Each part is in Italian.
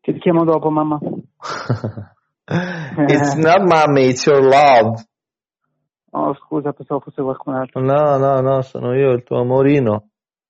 Ti chiamo dopo, mamma. It's not mommy, it's your love. Oh, scusa, pensavo fosse qualcun altro. No, sono io, il tuo amorino.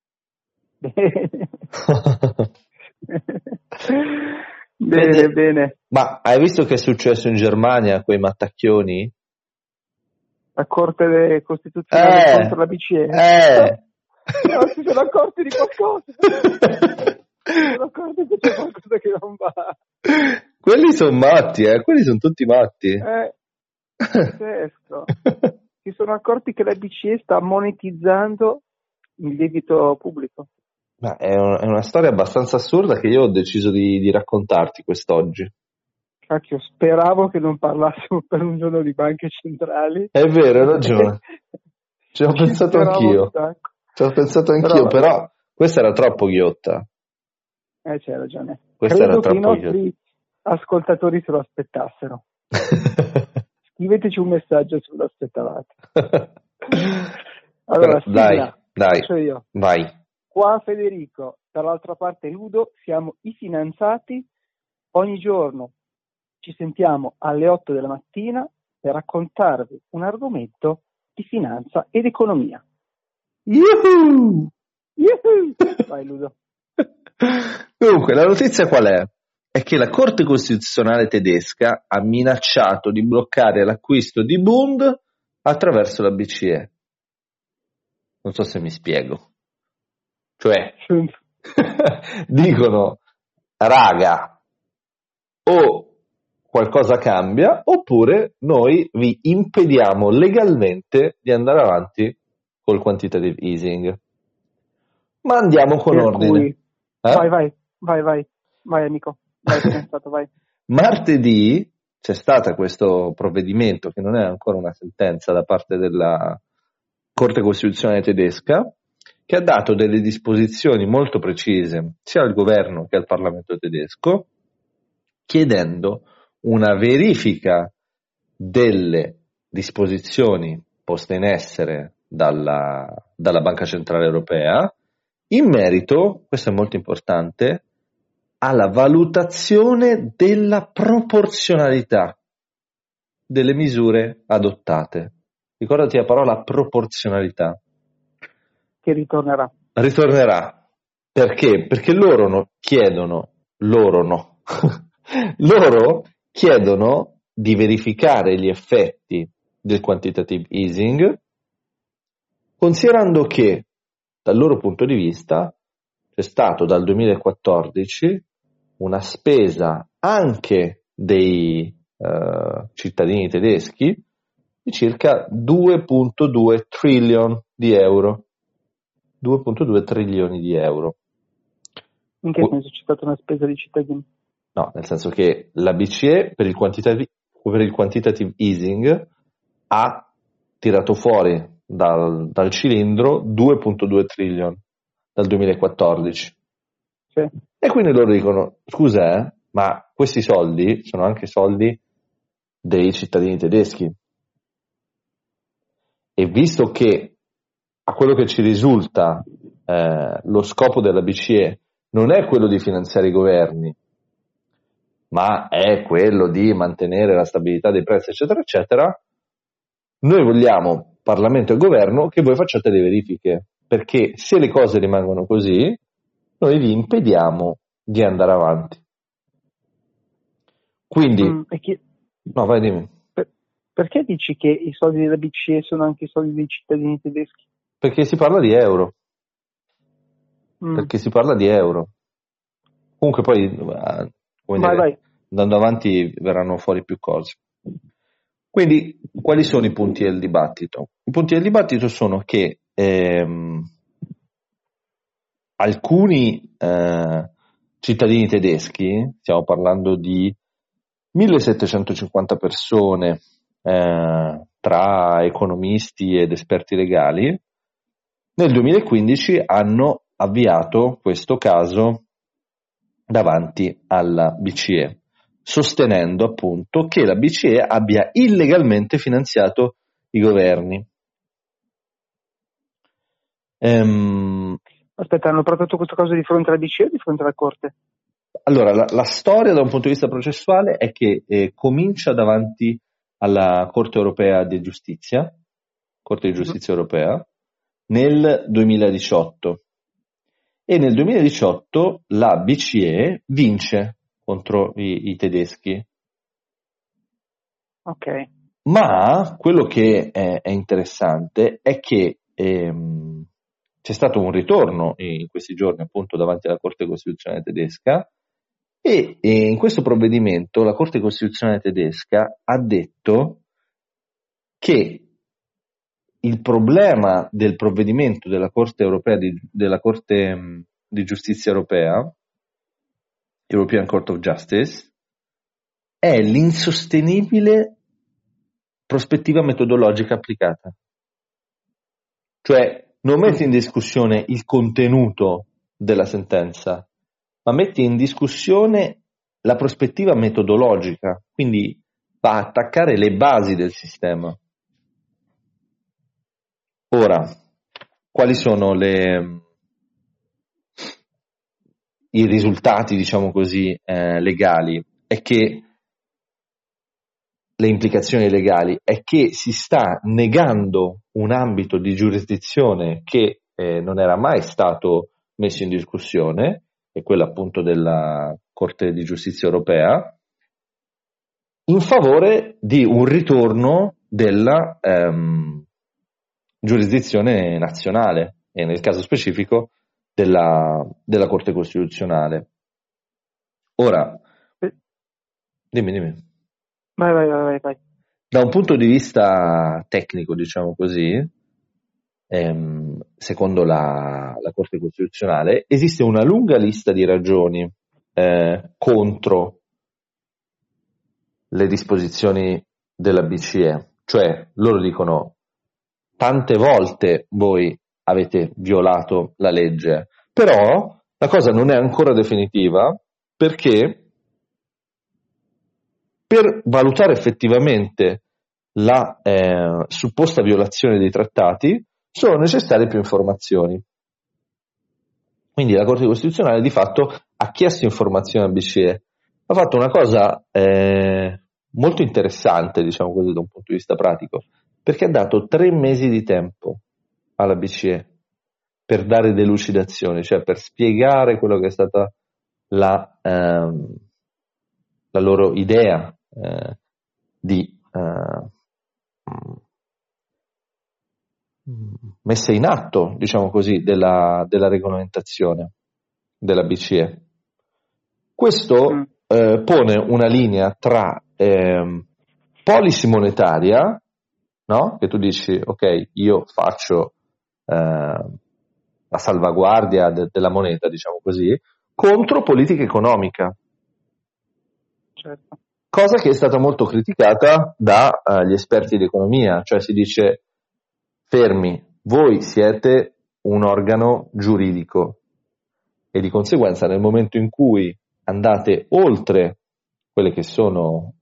Bene. Ma hai visto che è successo in Germania a quei mattacchioni? La Corte Costituzionale contro la BCE? No, si sono accorti di qualcosa. Si sono accorti che c'è qualcosa che non va. Quelli sono matti, quelli sono tutti matti. Pazzesco. Si sono accorti che la BCE sta monetizzando il debito pubblico. Ma è una storia abbastanza assurda che io ho deciso di raccontarti quest'oggi. Cacchio, speravo che non parlassimo per un giorno di banche centrali. È vero, hai ragione. Ci ho pensato anch'io. Però questa era troppo ghiotta. C'hai ragione. Questa Credo era che i troppo nostri ascoltatori se lo aspettassero. Scriveteci un messaggio se lo aspettavate. Allora, dai, faccio io. vai. Qua Federico, dall'altra parte Ludo, siamo i finanziati. Ogni giorno ci sentiamo alle 8 della mattina per raccontarvi un argomento di finanza ed economia. Yuhu! Vai Ludo. Dunque, la notizia qual è? È che la Corte Costituzionale tedesca ha minacciato di bloccare l'acquisto di Bund attraverso la BCE. Non so se mi spiego. Cioè, dicono, raga, o qualcosa cambia, oppure noi vi impediamo legalmente di andare avanti col quantitative easing. Ma andiamo con ordine. Vai amico. Vai. Martedì c'è stato questo provvedimento che non è ancora una sentenza da parte della Corte Costituzionale tedesca, che ha dato delle disposizioni molto precise sia al governo che al Parlamento tedesco, chiedendo una verifica delle disposizioni poste in essere dalla Banca Centrale Europea in merito, questo è molto importante, alla valutazione della proporzionalità delle misure adottate. Ricordati la parola proporzionalità. Che ritornerà. Perché? Perché loro chiedono di verificare gli effetti del quantitative easing, considerando che dal loro punto di vista c'è stato dal 2014 una spesa anche dei cittadini tedeschi di circa 2,2 trillion di euro. 2,2 trilioni di euro. In che senso c'è stata una spesa di cittadini? No, nel senso che la BCE per il quantitative easing ha tirato fuori dal cilindro 2,2 trillion dal 2014. Sì. E quindi loro dicono, scusa, ma questi soldi sono anche soldi dei cittadini tedeschi. E visto che a quello che ci risulta lo scopo della BCE non è quello di finanziare i governi, ma è quello di mantenere la stabilità dei prezzi, eccetera, eccetera, noi vogliamo, Parlamento e Governo, che voi facciate le verifiche, perché se le cose rimangono così, noi vi impediamo di andare avanti. Quindi... No, vai, dimmi. Perché dici che i soldi della BCE sono anche i soldi dei cittadini tedeschi? Perché si parla di euro. Comunque poi, vai. andando avanti verranno fuori più cose. Quindi, quali sono i punti del dibattito? I punti del dibattito sono che alcuni cittadini tedeschi, stiamo parlando di 1750 persone, tra economisti ed esperti legali, nel 2015 hanno avviato questo caso davanti alla BCE, sostenendo appunto che la BCE abbia illegalmente finanziato i governi. Aspetta, hanno portato questo caso di fronte alla BCE o di fronte alla Corte? Allora, la storia da un punto di vista processuale è che comincia davanti alla Corte Europea di Giustizia, Corte di Giustizia Europea, nel 2018. E nel 2018 la BCE vince contro i tedeschi. Ok. Ma quello che è interessante è che c'è stato un ritorno in questi giorni appunto davanti alla Corte Costituzionale tedesca e in questo provvedimento la Corte Costituzionale tedesca ha detto che il problema del provvedimento della Corte Europea della Corte di Giustizia Europea, European Court of Justice, è l'insostenibile prospettiva metodologica applicata. Cioè non metti in discussione il contenuto della sentenza, ma metti in discussione la prospettiva metodologica, quindi va a attaccare le basi del sistema. Ora, quali sono i risultati, diciamo così, legali? È che le implicazioni legali è che si sta negando un ambito di giurisdizione che non era mai stato messo in discussione, è quello appunto della Corte di Giustizia Europea, in favore di un ritorno della giurisdizione nazionale e nel caso specifico della Corte Costituzionale. Ora, dimmi. Vai. Da un punto di vista tecnico, diciamo così, secondo la Corte Costituzionale, esiste una lunga lista di ragioni contro le disposizioni della BCE, cioè loro dicono tante volte voi avete violato la legge, però la cosa non è ancora definitiva perché per valutare effettivamente la supposta violazione dei trattati sono necessarie più informazioni. Quindi la Corte Costituzionale di fatto ha chiesto informazioni alla BCE, ha fatto una cosa molto interessante, diciamo così, da un punto di vista pratico, perché ha dato 3 mesi di tempo alla BCE per dare delucidazioni, cioè per spiegare quello che è stata la loro idea di messa in atto, diciamo così, della regolamentazione della BCE. Questo pone una linea tra policy monetaria, no? Che tu dici, ok, io faccio la salvaguardia della moneta, diciamo così, contro politica economica. Certo. Cosa che è stata molto criticata dagli esperti di economia, cioè si dice fermi, voi siete un organo giuridico e di conseguenza nel momento in cui andate oltre quelli che sono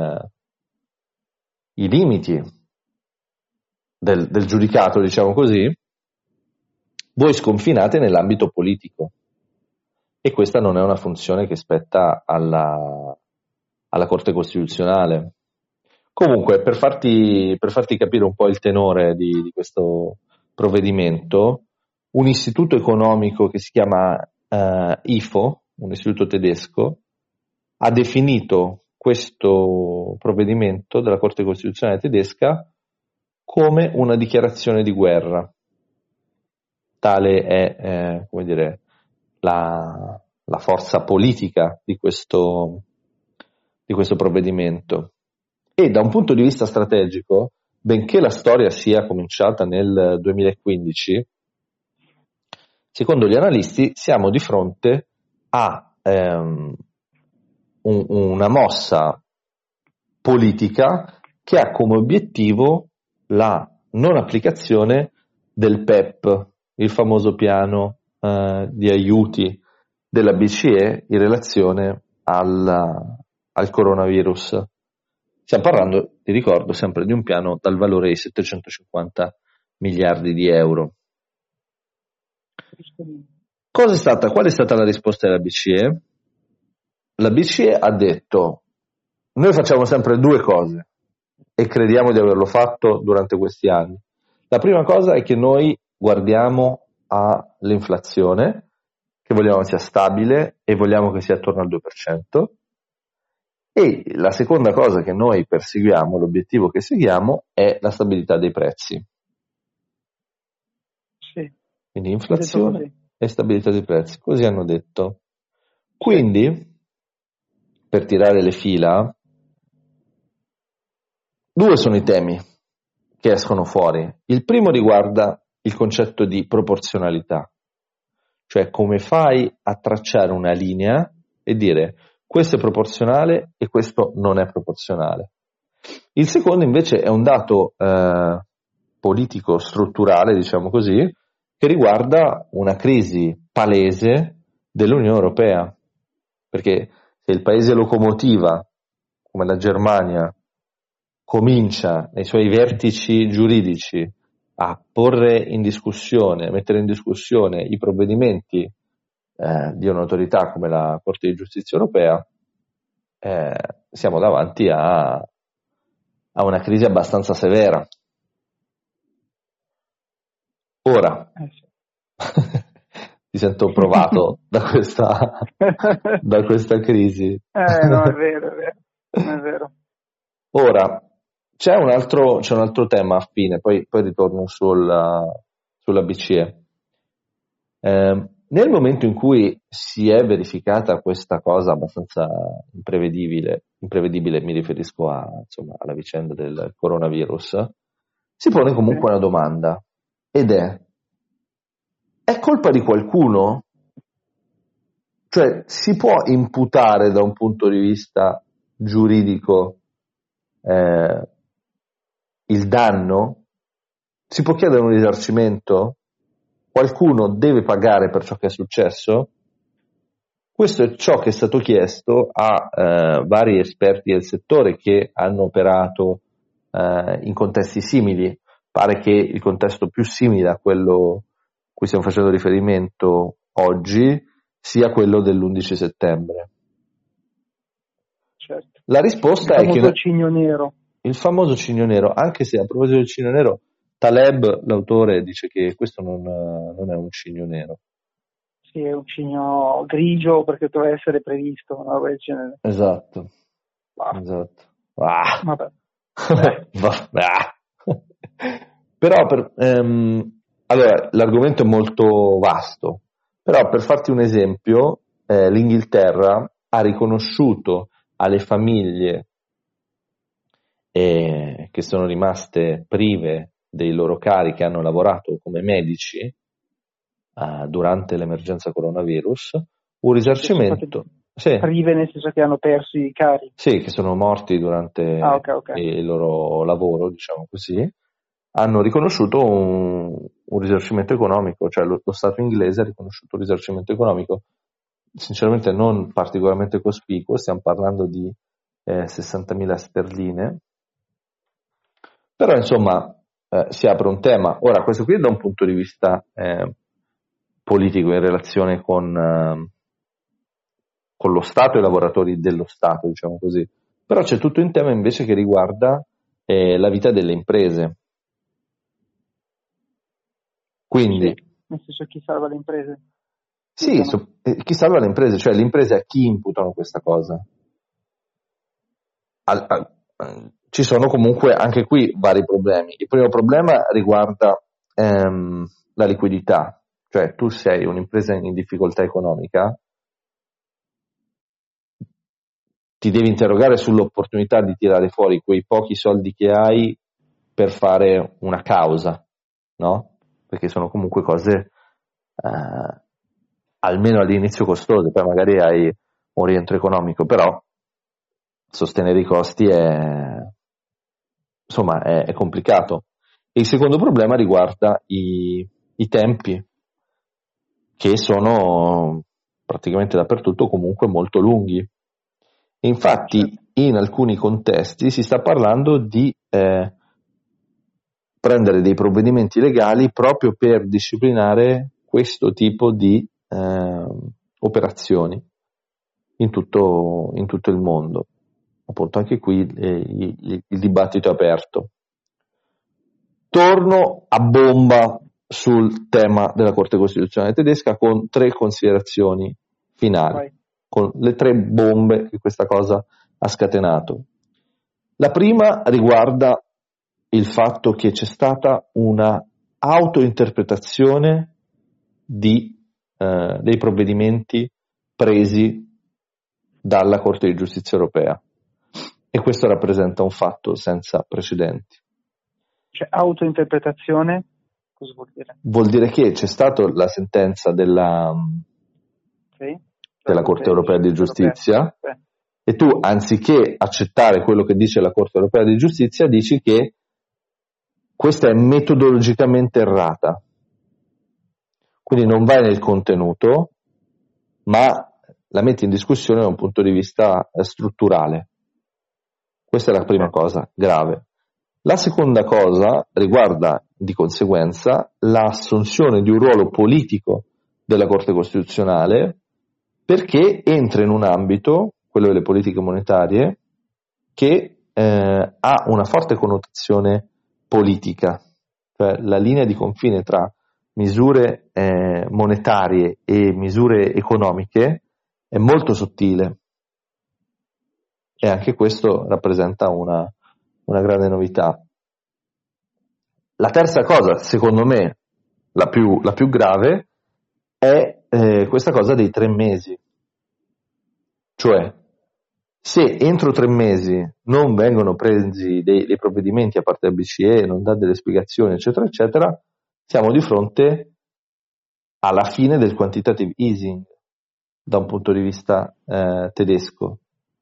i limiti del giudicato, diciamo così, voi sconfinate nell'ambito politico e questa non è una funzione che spetta alla Corte Costituzionale. Comunque, per farti capire un po' il tenore di questo provvedimento, un istituto economico che si chiama IFO, un istituto tedesco, ha definito questo provvedimento della Corte Costituzionale tedesca come una dichiarazione di guerra. Tale è, come dire, la forza politica di questo provvedimento. E da un punto di vista strategico, benché la storia sia cominciata nel 2015, secondo gli analisti siamo di fronte a una mossa politica che ha come obiettivo la non applicazione del PEP, il famoso piano di aiuti della BCE in relazione al coronavirus. Stiamo parlando, ti ricordo, sempre di un piano dal valore di 750 miliardi di euro. Qual è stata la risposta della BCE? la BCE ha detto: noi facciamo sempre due cose e crediamo di averlo fatto durante questi anni. La prima cosa è che noi guardiamo all'inflazione, che vogliamo sia stabile e vogliamo che sia attorno al 2%. E la seconda cosa che noi perseguiamo, l'obiettivo che seguiamo, è la stabilità dei prezzi. Sì, Quindi inflazione e stabilità dei prezzi, così hanno detto. Quindi, per tirare le fila, due sono i temi che escono fuori. Il primo riguarda il concetto di proporzionalità, cioè come fai a tracciare una linea e dire questo è proporzionale e questo non è proporzionale. Il secondo invece è un dato politico strutturale, diciamo così, che riguarda una crisi palese dell'Unione Europea, perché se il paese locomotiva come la Germania comincia nei suoi vertici giuridici a porre in discussione, a mettere in discussione i provvedimenti di un'autorità come la Corte di Giustizia Europea, siamo davanti a una crisi abbastanza severa. Ora, ti sento provato da questa crisi. No, è vero. Ora, c'è un altro tema affine, poi ritorno sulla BCE. Nel momento in cui si è verificata questa cosa abbastanza imprevedibile, mi riferisco alla vicenda del coronavirus, si pone comunque una domanda, ed è colpa di qualcuno? Cioè, si può imputare da un punto di vista giuridico il danno? Si può chiedere un risarcimento? Qualcuno deve pagare per ciò che è successo? Questo è ciò che è stato chiesto a vari esperti del settore che hanno operato in contesti simili. Pare che il contesto più simile a quello a cui stiamo facendo riferimento oggi sia quello dell'11 settembre. Certo. La risposta è che il famoso cigno nero, anche se a proposito del cigno nero, Taleb, l'autore, dice che questo non è un cigno nero. Sì, è un cigno grigio perché doveva essere previsto, una roba del genere. Esatto. Esatto. Vabbè. Però allora, l'argomento è molto vasto, però per farti un esempio, l'Inghilterra ha riconosciuto alle famiglie che sono rimaste prive dei loro cari che hanno lavorato come medici durante l'emergenza coronavirus un risarcimento. Prive nel senso che hanno perso i cari? Sì, che sono morti durante il loro lavoro, diciamo così. Hanno riconosciuto un risarcimento economico, cioè lo Stato inglese ha riconosciuto un risarcimento economico sinceramente non particolarmente cospicuo, stiamo parlando di 60.000 sterline, però insomma si apre un tema. Ora, questo qui è da un punto di vista politico in relazione con lo Stato e i lavoratori dello Stato, diciamo così, però c'è tutto un tema invece che riguarda la vita delle imprese. Quindi, nel senso, chi salva le imprese? Sì, chi salva le imprese, cioè le imprese a chi imputano questa cosa? Ci sono comunque anche qui vari problemi. Il primo problema riguarda la liquidità, cioè tu sei un'impresa in difficoltà economica, ti devi interrogare sull'opportunità di tirare fuori quei pochi soldi che hai per fare una causa, no? Perché sono comunque cose almeno all'inizio costose, poi magari hai un rientro economico, però sostenere i costi è complicato. E il secondo problema riguarda i tempi, che sono praticamente dappertutto comunque molto lunghi. E infatti in alcuni contesti si sta parlando di prendere dei provvedimenti legali proprio per disciplinare questo tipo di operazioni. in tutto il mondo. Appunto, anche qui il dibattito è aperto. Torno a bomba sul tema della Corte Costituzionale tedesca con 3 considerazioni finali, Vai. con le 3 bombe che questa cosa ha scatenato. La prima riguarda il fatto che c'è stata una autointerpretazione dei provvedimenti presi dalla Corte di Giustizia europea, e questo rappresenta un fatto senza precedenti. Cioè, autointerpretazione, cosa vuol dire? Vuol dire che c'è stata la sentenza della Corte Europea di Giustizia, e tu, anziché accettare quello che dice la Corte Europea di Giustizia, dici che questa è metodologicamente errata. Quindi non vai nel contenuto, ma la metti in discussione da un punto di vista strutturale. Questa è la prima cosa grave. La seconda cosa riguarda di conseguenza l'assunzione di un ruolo politico della Corte Costituzionale, perché entra in un ambito, quello delle politiche monetarie, che ha una forte connotazione politica. Cioè, la linea di confine tra misure monetarie e misure economiche è molto sottile, e anche questo rappresenta una grande novità. La terza cosa, secondo me, la più grave, è questa cosa dei 3 mesi. Cioè, se entro 3 mesi non vengono presi dei provvedimenti a parte la BCE, non dà delle spiegazioni, eccetera, eccetera, siamo di fronte alla fine del quantitative easing da un punto di vista tedesco.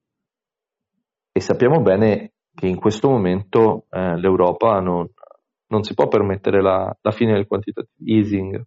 E sappiamo bene che in questo momento l'Europa non si può permettere la fine del quantitative easing.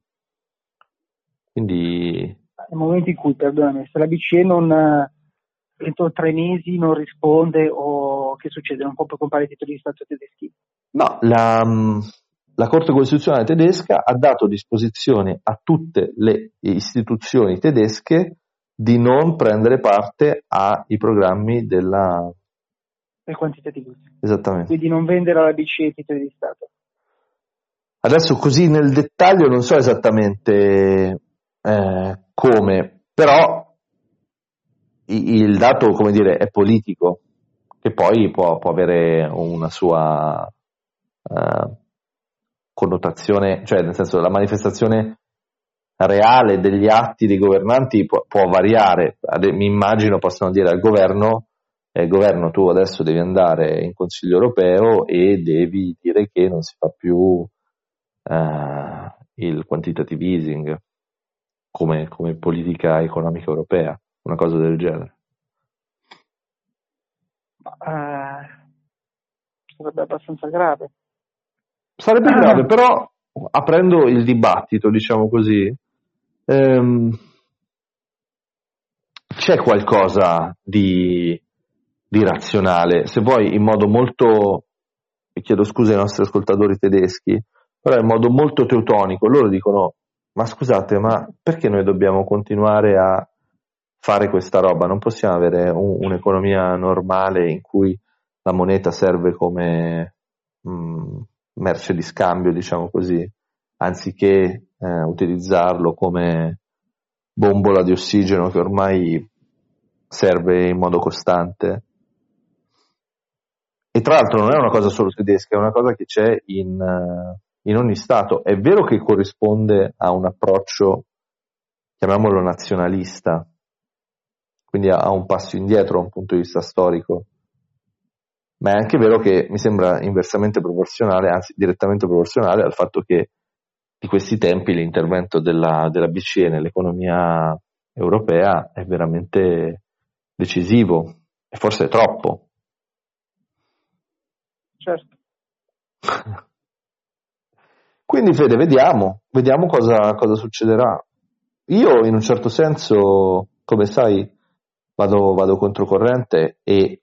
Quindi nel momento in cui, perdonami, se la BCE non entro 3 mesi non risponde, o che succede? Non può più comprare i titoli di Stato tedeschi? No, la Corte Costituzionale tedesca ha dato disposizione a tutte le istituzioni tedesche di non prendere parte ai programmi del quantitative. Esattamente. Quindi non vendere alla BCE i titoli di Stato. Adesso così nel dettaglio non so esattamente come, però il dato, come dire, è politico, che poi può avere una sua connotazione, cioè nel senso la manifestazione reale degli atti dei governanti può variare. Mi immagino possono dire al governo tu adesso devi andare in Consiglio europeo e devi dire che non si fa più il quantitative easing come politica economica europea, una cosa del genere. Sarebbe abbastanza grave. Sarebbe grave, però aprendo il dibattito, diciamo così, c'è qualcosa di razionale, se vuoi in modo molto, e chiedo scusa ai nostri ascoltatori tedeschi, però in modo molto teutonico. Loro dicono: ma scusate, ma perché noi dobbiamo continuare a fare questa roba? Non possiamo avere un'economia normale in cui la moneta serve come merce di scambio, diciamo così, anziché utilizzarlo come bombola di ossigeno che ormai serve in modo costante. E tra l'altro non è una cosa solo tedesca, è una cosa che c'è in ogni Stato. È vero che corrisponde a un approccio, chiamiamolo nazionalista, quindi a un passo indietro da un punto di vista storico, ma è anche vero che mi sembra inversamente proporzionale, anzi direttamente proporzionale al fatto che di questi tempi l'intervento della BCE nell'economia europea è veramente decisivo, e forse è troppo. Certo. Quindi Fede, vediamo cosa succederà. Io in un certo senso, come sai, vado controcorrente, e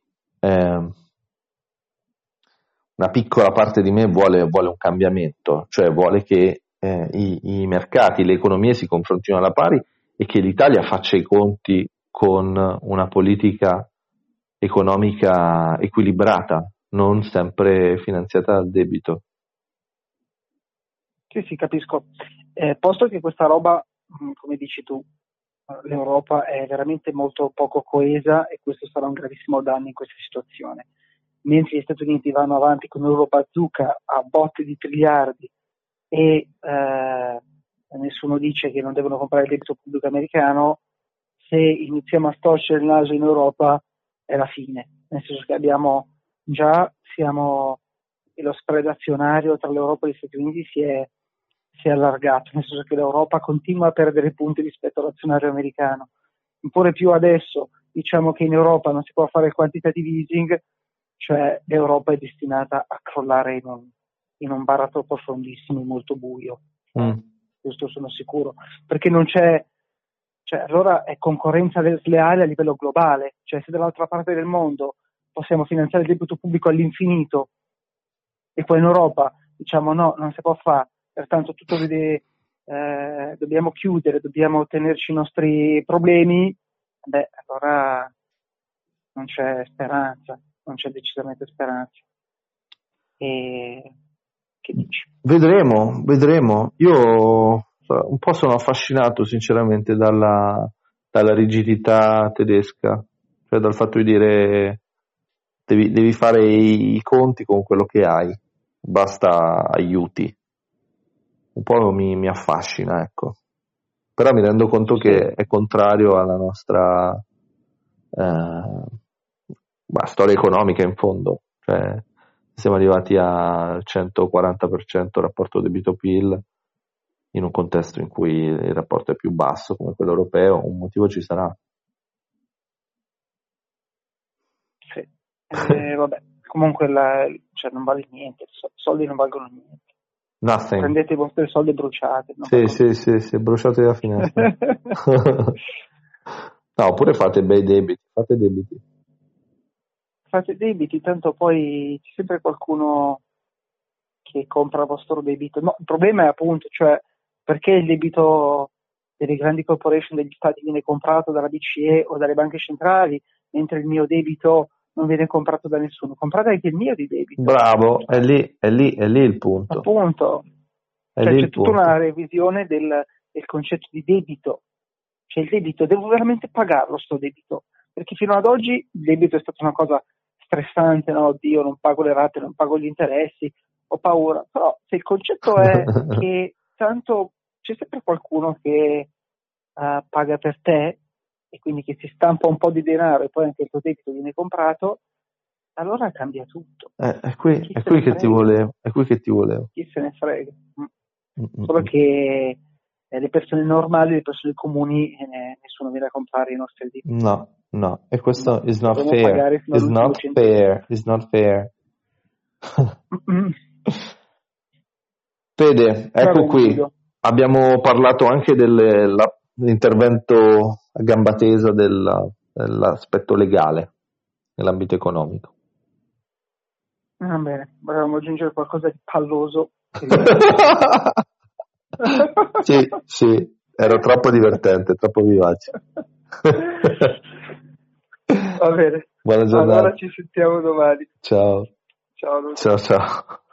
una piccola parte di me vuole un cambiamento, cioè vuole che i mercati, le economie si confrontino alla pari e che l'Italia faccia i conti con una politica economica equilibrata, non sempre finanziata dal debito. Sì, capisco. Posto che questa roba, come dici tu, l'Europa è veramente molto poco coesa e questo sarà un gravissimo danno in questa situazione. Mentre gli Stati Uniti vanno avanti con un'Europa bazooka a botte di triliardi e nessuno dice che non devono comprare il debito pubblico americano, se iniziamo a storcere il naso in Europa è la fine, nel senso che siamo lo spread azionario tra l'Europa e gli Stati Uniti si è allargato, nel senso che l'Europa continua a perdere punti rispetto all'azionario americano. Ancora più adesso diciamo che in Europa non si può fare il quantitative easing, cioè l'Europa è destinata a crollare in un baratro profondissimo, molto buio. Questo sono sicuro, perché non c'è, cioè allora è concorrenza sleale a livello globale, cioè se dall'altra parte del mondo possiamo finanziare il debito pubblico all'infinito e poi in Europa diciamo no, non si può fare, pertanto tutto dobbiamo chiudere, dobbiamo tenerci i nostri problemi, allora non c'è speranza, non c'è decisamente speranza. E che dici? Vedremo. Io un po' sono affascinato sinceramente dalla rigidità tedesca, cioè dal fatto di dire devi fare i conti con quello che hai, basta aiuti. Un po' mi affascina, ecco. Però mi rendo conto che è contrario alla nostra storia economica in fondo, cioè siamo arrivati al 140% rapporto debito-PIL in un contesto in cui il rapporto è più basso come quello europeo, un motivo ci sarà. Sì, vabbè, comunque non vale niente, i soldi non valgono niente. Nothing. Prendete i vostri soldi e bruciate. Sì, bruciate la finestra. No, oppure fate bei debiti, Fate debiti, tanto poi c'è sempre qualcuno che compra il vostro debito. No, il problema è appunto, cioè, perché il debito delle grandi corporation degli stati viene comprato dalla BCE o dalle banche centrali, mentre il mio debito non viene comprato da nessuno. Comprate anche il mio di debito. Bravo, è lì il punto. Appunto. Cioè, c'è tutta una revisione del concetto di debito. Cioè il debito, devo veramente pagarlo sto debito, perché fino ad oggi il debito è stata una cosa stressante, no? Oddio, non pago le rate, non pago gli interessi, ho paura. Però se il concetto è che tanto c'è sempre qualcuno che paga per te e quindi che si stampa un po' di denaro e poi anche il tuo debito viene comprato, allora cambia tutto. È qui che ti volevo. Chi se ne frega? Solo che le persone normali, le persone comuni, nessuno viene a comprare i nostri debiti. No, e questo is not fair. Is not fair. Fede, ecco qui. Abbiamo parlato anche dell'intervento a gamba tesa dell'aspetto legale nell'ambito economico. Va bene, volevamo aggiungere qualcosa di palloso. Sì, era troppo divertente, troppo vivace. Va bene. Buona giornata. Allora ci sentiamo domani. Ciao. Ciao. Ciao.